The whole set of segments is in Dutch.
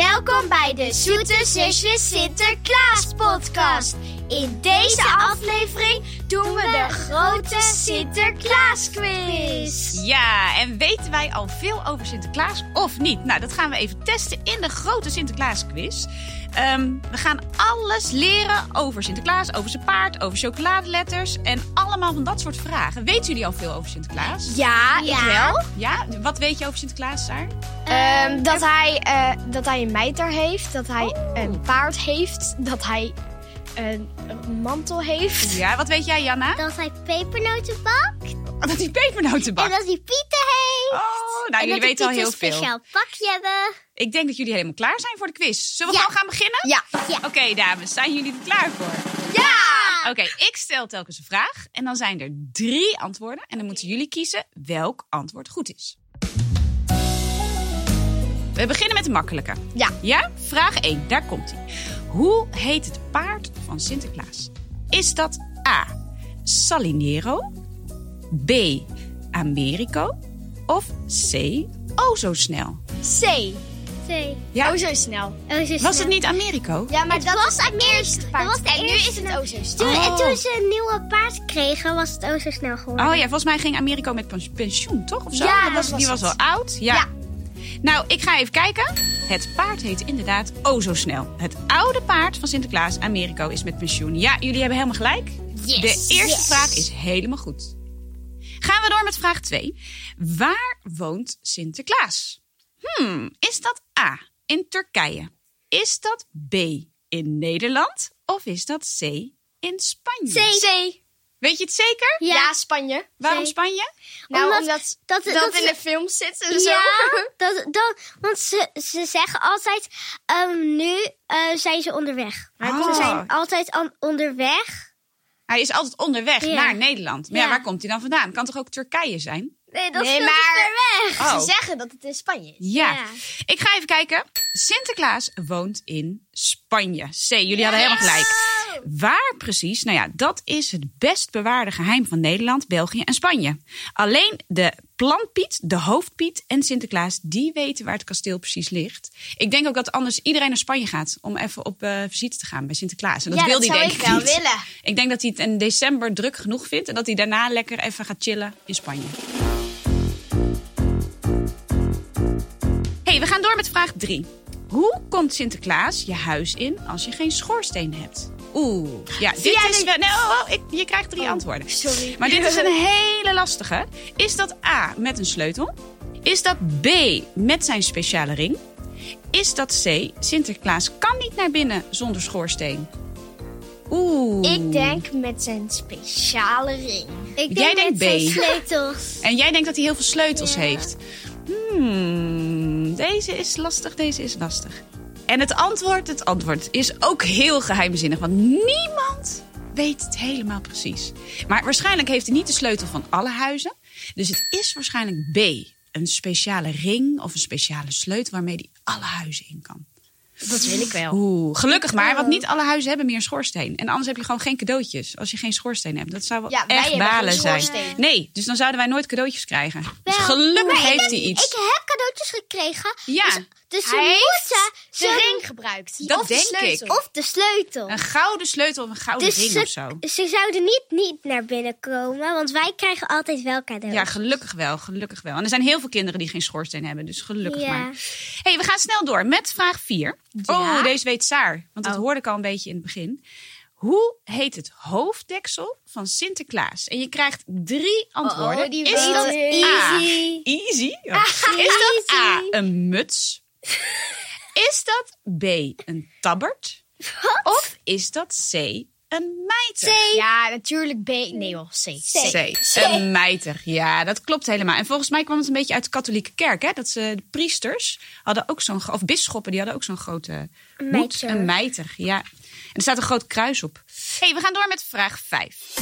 Welkom bij de Zoete Zusjes Sinterklaas podcast. In deze aflevering doen we de grote Sinterklaas quiz. Ja, en weten wij al veel over Sinterklaas of niet? Nou, dat gaan we even testen in de grote Sinterklaas quiz. We gaan alles leren over Sinterklaas, over zijn paard, over chocoladeletters en allemaal van dat soort vragen. Weten jullie al veel over Sinterklaas? Ja, ik wel. Ja? Wat weet je over Sinterklaas, Saar? Dat hij een mijter heeft, dat hij een paard heeft, dat hij een mantel heeft. Ja, wat weet jij, Janna? Dat hij pepernoten bakt. Dat hij pepernoten bakt. En dat hij pieten heeft. Oh, nou, jullie weten al heel veel. een speciaal pakje hebben. Ik denk dat jullie helemaal klaar zijn voor de quiz. Zullen we gewoon gaan beginnen? Ja. Oké, dames, zijn jullie er klaar voor? Ja! Oké, ik stel telkens een vraag en dan zijn er 3 antwoorden. En dan moeten jullie kiezen welk antwoord goed is. We beginnen met de makkelijke. Ja? Vraag 1, daar komt hij. Hoe heet het paard van Sinterklaas? Is dat A. Salinero, B. Americo of C. O zo snel? C. Ja? Oh, zo snel. Was het niet Americo? Ja, maar dat was het eerste paard. Dat was de en nu eerste. is het zo snel. En toen ze een nieuwe paard kregen, was het ook zo snel geworden. Oh ja, volgens mij ging Americo met pensioen, toch? Of zo? Ja, Die was wel oud. Ja. Nou, ik ga even kijken. Het paard heet inderdaad O zo snel. Het oude paard van Sinterklaas, Americo, is met pensioen. Ja, jullie hebben helemaal gelijk. Yes. De eerste vraag is helemaal goed. Gaan we door met vraag 2. Waar woont Sinterklaas? Is dat A, in Turkije? Is dat B, in Nederland? Of is dat C, in Spanje? C. Weet je het zeker? Ja, Spanje. Waarom C. Spanje? Nou, Omdat dat in de film zit en zo. Ja, want ze zeggen altijd, nu zijn ze onderweg. Maar ze zijn altijd onderweg. Hij is altijd onderweg naar Nederland. Maar ja, Ja. waar komt hij dan vandaan? Kan toch ook Turkije zijn? Nee, dat is Nee, veel maar- te ver weg. Oh. Ze zeggen dat het in Spanje is. Ja. Ja. Ik ga even kijken. Sinterklaas woont in Spanje. C, jullie hadden helemaal gelijk. Waar precies? Nou ja, dat is het best bewaarde geheim van Nederland, België en Spanje. Alleen de plantpiet, de hoofdpiet en Sinterklaas, die weten waar het kasteel precies ligt. Ik denk ook dat anders iedereen naar Spanje gaat om even op visite te gaan bij Sinterklaas. En dat wil hij zou denk ik wel niet. willen. Ik denk dat hij het in december druk genoeg vindt en dat hij daarna lekker even gaat chillen in Spanje. Hey, we gaan door met vraag 3. Hoe komt Sinterklaas je huis in als je geen schoorsteen hebt? Ja, dit is wel... Nee, je krijgt 3 antwoorden. Sorry. Maar dit is een hele lastige. Is dat A, met een sleutel? Is dat B, met zijn speciale ring? Is dat C, Sinterklaas kan niet naar binnen zonder schoorsteen? Ik denk met zijn speciale ring. Ik Jij denk denkt met zijn B. sleutels. En jij denkt dat hij heel veel sleutels Ja. heeft. Deze is lastig. En het antwoord is ook heel geheimzinnig. Want niemand weet het helemaal precies. Maar waarschijnlijk heeft hij niet de sleutel van alle huizen. Dus het is waarschijnlijk B. Een speciale ring of een speciale sleutel waarmee hij alle huizen in kan. Dat wil ik wel. Gelukkig maar, want niet alle huizen hebben meer een schoorsteen. En anders heb je gewoon geen cadeautjes als je geen schoorsteen hebt. Dat zou wel Ja, wij echt hebben balen geen zijn. schoorsteen. Nee, dus dan zouden wij nooit cadeautjes krijgen. Dus Wel, gelukkig maar heeft hij iets. Ik heb cadeautjes gekregen. Ja, Dus ze Hij moeten De ring gebruikt. Dat Of de denk sleutel. ik. Of de sleutel. een gouden sleutel of een gouden Dus ring of zo. ze zouden niet naar binnen komen, want wij krijgen altijd wel cadeaus. Ja, gelukkig wel. En er zijn heel veel kinderen die geen schoorsteen hebben. Dus gelukkig Ja. maar. Hey, we gaan snel door met vraag 4. Oh, deze weet Saar. Want dat hoorde ik al een beetje in het begin. Hoe heet het hoofddeksel van Sinterklaas? En je krijgt 3 antwoorden. die Is weet dat ik. Easy? Is dat A, een muts? Is dat B, een tabbert? Of is dat C, een mijter? Ja, natuurlijk B. Nee hoor, C. C. Een mijter. Ja, dat klopt helemaal. En volgens mij kwam het een beetje uit de katholieke kerk. Hè? Dat ze de priesters hadden ook of bisschoppen, die hadden ook zo'n grote hoed. Mijter. Een mijter, ja. En er staat een groot kruis op. Hey, we gaan door met vraag 5.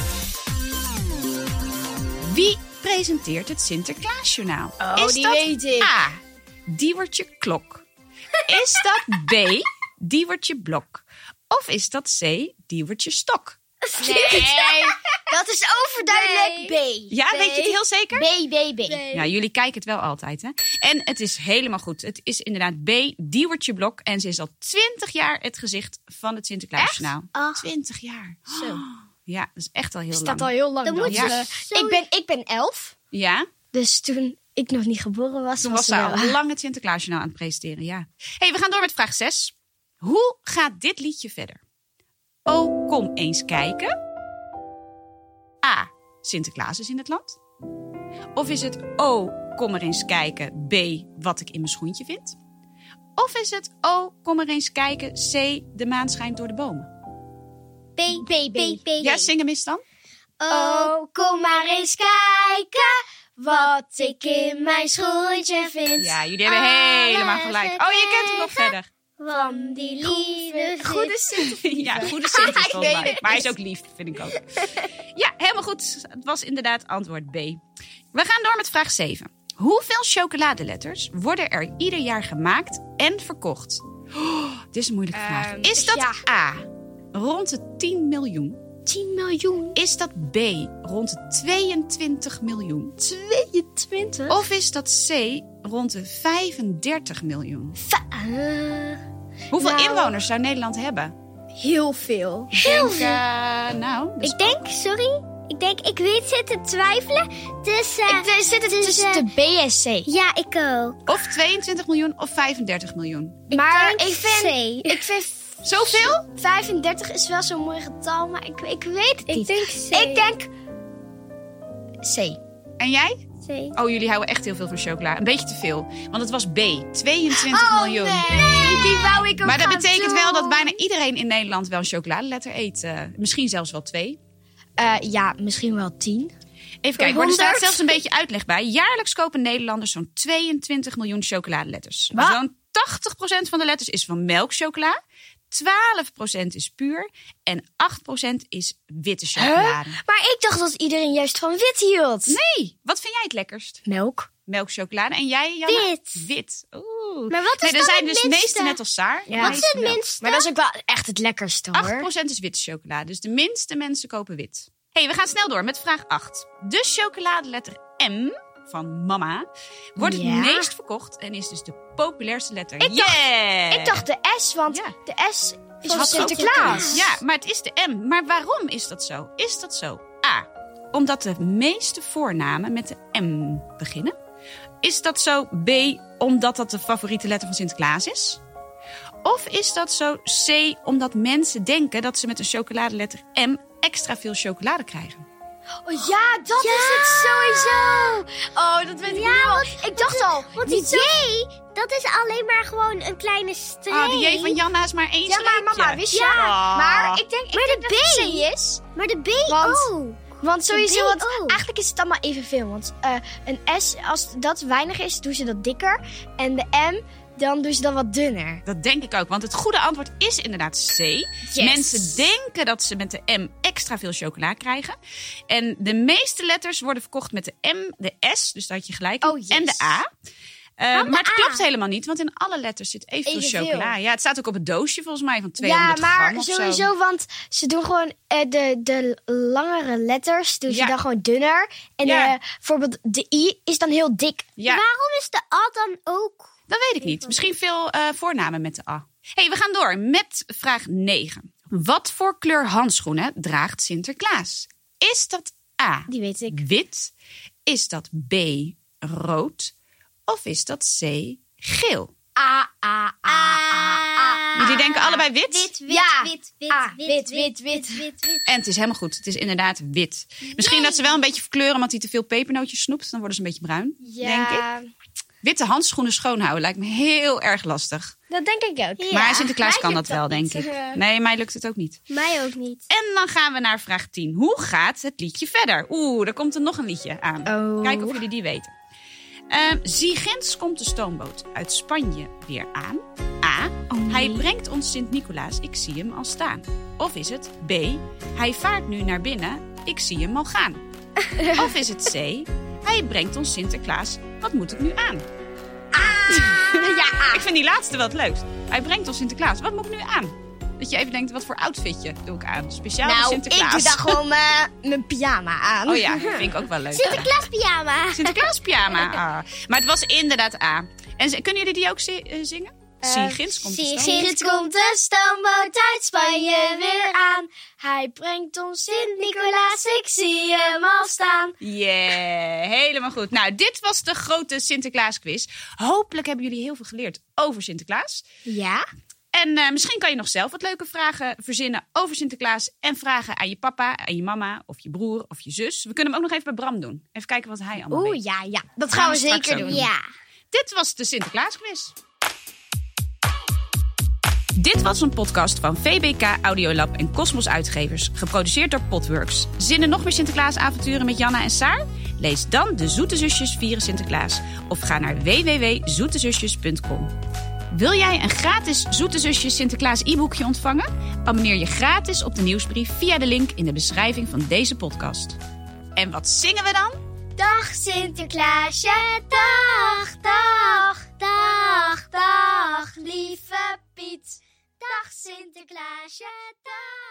Wie presenteert het Sinterklaasjournaal? Is die dat weet ik. A, Diewertje Klok? Is dat B, Diewertje Blok? Of is dat C, Diewertje Stok? was niet. Nee, dat is overduidelijk B. Ja, weet je het heel zeker? B. Ja, jullie kijken het wel altijd, hè? En het is helemaal goed. Het is inderdaad B, Diewertje Blok. En ze is al 20 jaar het gezicht van het Sinterklaasjournaal. 20 jaar. Zo. Ja, dat is echt al heel lang. Staat al heel lang. Dan moet Ja. Ik ben 11. Ja, Dus toen ik nog niet geboren was, toen was ze al lang het Sinterklaasjournaal aan het presenteren, ja. Hey, we gaan door met vraag 6. Hoe gaat dit liedje verder? Oh, kom eens kijken. A, Sinterklaas is in het land. Of is het oh, kom er eens kijken. B, wat ik in mijn schoentje vind. Of is het oh, kom er eens kijken. C, de maan schijnt door de bomen. B. Ja, zing hem eens dan. Oh, kom maar eens kijken wat ik in mijn schoentje vind. Ja, jullie hebben helemaal gelijk. Oh, je kent hem nog verder. Van die lieve Goede Sint. Ja, goede Sint is volgens mij. weet Maar hij is ook lief, vind ik ook. Ja, helemaal goed. Het was inderdaad antwoord B. We gaan door met vraag 7. Hoeveel chocoladeletters worden er ieder jaar gemaakt en verkocht? Oh, dit is een moeilijke vraag. Is dat A, rond de 10 miljoen? 10 miljoen. Is dat B, rond de 22 miljoen? 22? Of is dat C, rond de 35 miljoen? Hoeveel Nou, inwoners zou Nederland hebben? Heel veel. Heel veel. Nou, dat is Ik weet zitten twijfelen tussen... Ik zit het tussen de B en C. Ja, ik ook. of 22 miljoen of 35 miljoen. Maar denk ik vind Zoveel? 35 is wel zo'n mooi getal, maar ik weet het niet. denk C. Ik denk C. En jij? C. Oh, jullie houden echt heel veel van chocola. Een beetje te veel. Want het was B, 22 miljoen. Nee, die wou ik ook Maar dat gaan betekent wel doen. dat bijna iedereen in Nederland wel een chocoladeletter eet. Misschien zelfs wel 2. Ja, misschien wel 10. Even kijken, hoor, er 100. staat zelfs een beetje uitleg bij. Jaarlijks kopen Nederlanders zo'n 22 miljoen chocoladeletters. Wat? Zo'n 80% van de letters is van melkchocola. 12% is puur. En 8% is witte chocolade. Maar ik dacht dat iedereen juist van wit hield. Nee, wat vind jij het lekkerst? Melk. Melkchocolade. En jij, Janna? Wit. Wit. Oeh. Maar wat is nee, er dan zijn het dus de minste? meeste net als Saar. Ja. Wat is het minste? Maar dat is ook wel echt het lekkerste, hoor. 8% is witte chocolade. Dus de minste mensen kopen wit. Hey, we gaan snel door met vraag 8. De chocoladeletter M van mama wordt het Ja. meest verkocht en is dus de populairste letter. Ik dacht de S, want Ja. de S is Had van ook Sinterklaas. gekund. Ja, maar het is de M. Maar waarom is dat zo? Is dat zo? A, omdat de meeste voornamen met de M beginnen. Is dat zo? B, omdat dat de favoriete letter van Sinterklaas is? Of is dat zo? C, omdat mensen denken dat ze met een chocoladeletter M extra veel chocolade krijgen? Oh ja, dat is het sowieso. Oh, dat weet ik Ja, nu al. want- Ik dacht al. Want die J, dat is alleen maar gewoon een kleine streep. Ah, de J van Janna is maar 1 Ja, maar streepje. mama, wist je? Ja. Maar ik denk Maar de dat het C is. Maar de B Want- ook. Want sowieso, B want ook. eigenlijk is het allemaal evenveel. Want een S, als dat weinig is, doen ze dat dikker. En de M, dan doen ze dat wat dunner. Dat denk ik ook, want het goede antwoord is inderdaad C. Mensen denken dat ze met de M extra veel chocola krijgen. En de meeste letters worden verkocht met de M, de S, dus dat had je gelijk, Oh, yes. en de A. Maar het klopt helemaal niet, want in alle letters zit evenveel Evenveel. chocola. Ja, het staat ook op het doosje volgens mij van 200 Ja, gram maar of zo. sowieso, want ze doen gewoon de langere letters, doen ze Ja. dan gewoon dunner. En Ja. bijvoorbeeld de I is dan heel dik. Ja, Waarom is de A dan ook? dat weet ik niet. Misschien veel voornamen met de A. Hey, we gaan door met vraag 9. Wat voor kleur handschoenen draagt Sinterklaas? Is dat A, Die weet ik. wit? Is dat B, rood? Of is dat C, geel? Jullie denken allebei wit? Wit. Ja. Wit. En het is helemaal goed. Het is inderdaad wit. Misschien dat ze wel een beetje verkleuren omdat hij te veel pepernootjes snoept. Dan worden ze een beetje bruin, denk ik. Witte handschoenen schoonhouden lijkt me heel erg lastig. Dat denk ik ook. Ja, Maar Sinterklaas mij kan lukt dat wel, denk niet. ik. Nee, mij lukt het ook niet. Mij ook niet. En dan gaan we naar vraag 10. Hoe gaat het liedje verder? Er komt er nog een liedje aan. Oh. Kijken of jullie die weten. Zie ginds komt de stoomboot uit Spanje weer aan. A. Hij brengt ons Sint-Nicolaas, ik zie hem al staan. Of is het B. Hij vaart nu naar binnen, ik zie hem al gaan. Of is het C. Hij brengt ons Sinterklaas, wat moet ik nu aan? Ja. Ik vind die laatste wel het leukst. Hij brengt ons Sinterklaas, wat moet ik nu aan? Dat je even denkt, wat voor outfitje doe ik aan? Speciaal voor Nou, Sinterklaas. ik doe dan gewoon mijn pyjama aan. Oh ja, dat vind ik ook wel leuk. Sinterklaas pyjama. Sinterklaas pyjama. Ah. Maar het was inderdaad A. En kunnen jullie die ook zingen? Sigins komt de stoomboot. Sigins komt de stoomboot uit Spanje weer aan. Hij brengt ons Sint-Nicolaas, ik zie hem al staan. Yeah, helemaal goed. Nou, dit was de grote Sinterklaas-quiz. Hopelijk hebben jullie heel veel geleerd over Sinterklaas. Ja? En misschien kan je nog zelf wat leuke vragen verzinnen over Sinterklaas. En vragen aan je papa, aan je mama of je broer of je zus. We kunnen hem ook nog even bij Bram doen. Even kijken wat hij allemaal weet. Ja. Dat gaan we straks zeker ook doen. doen. Ja. Dit was de Sinterklaas-quiz. Dit was een podcast van VBK Audiolab en Cosmos Uitgevers. Geproduceerd door Podworks. Zin in nog meer Sinterklaasavonturen met Janna en Saar? Lees dan De Zoete Zusjes Vieren Sinterklaas. Of ga naar www.zoetezusjes.com. Wil jij een gratis Zoete Zusjes Sinterklaas e-boekje ontvangen? Abonneer je gratis op de nieuwsbrief via de link in de beschrijving van deze podcast. En wat zingen we dan? Dag Sinterklaasje, dag, dag, dag, dag, lieve Piet. Dag Sinterklaasje, dag.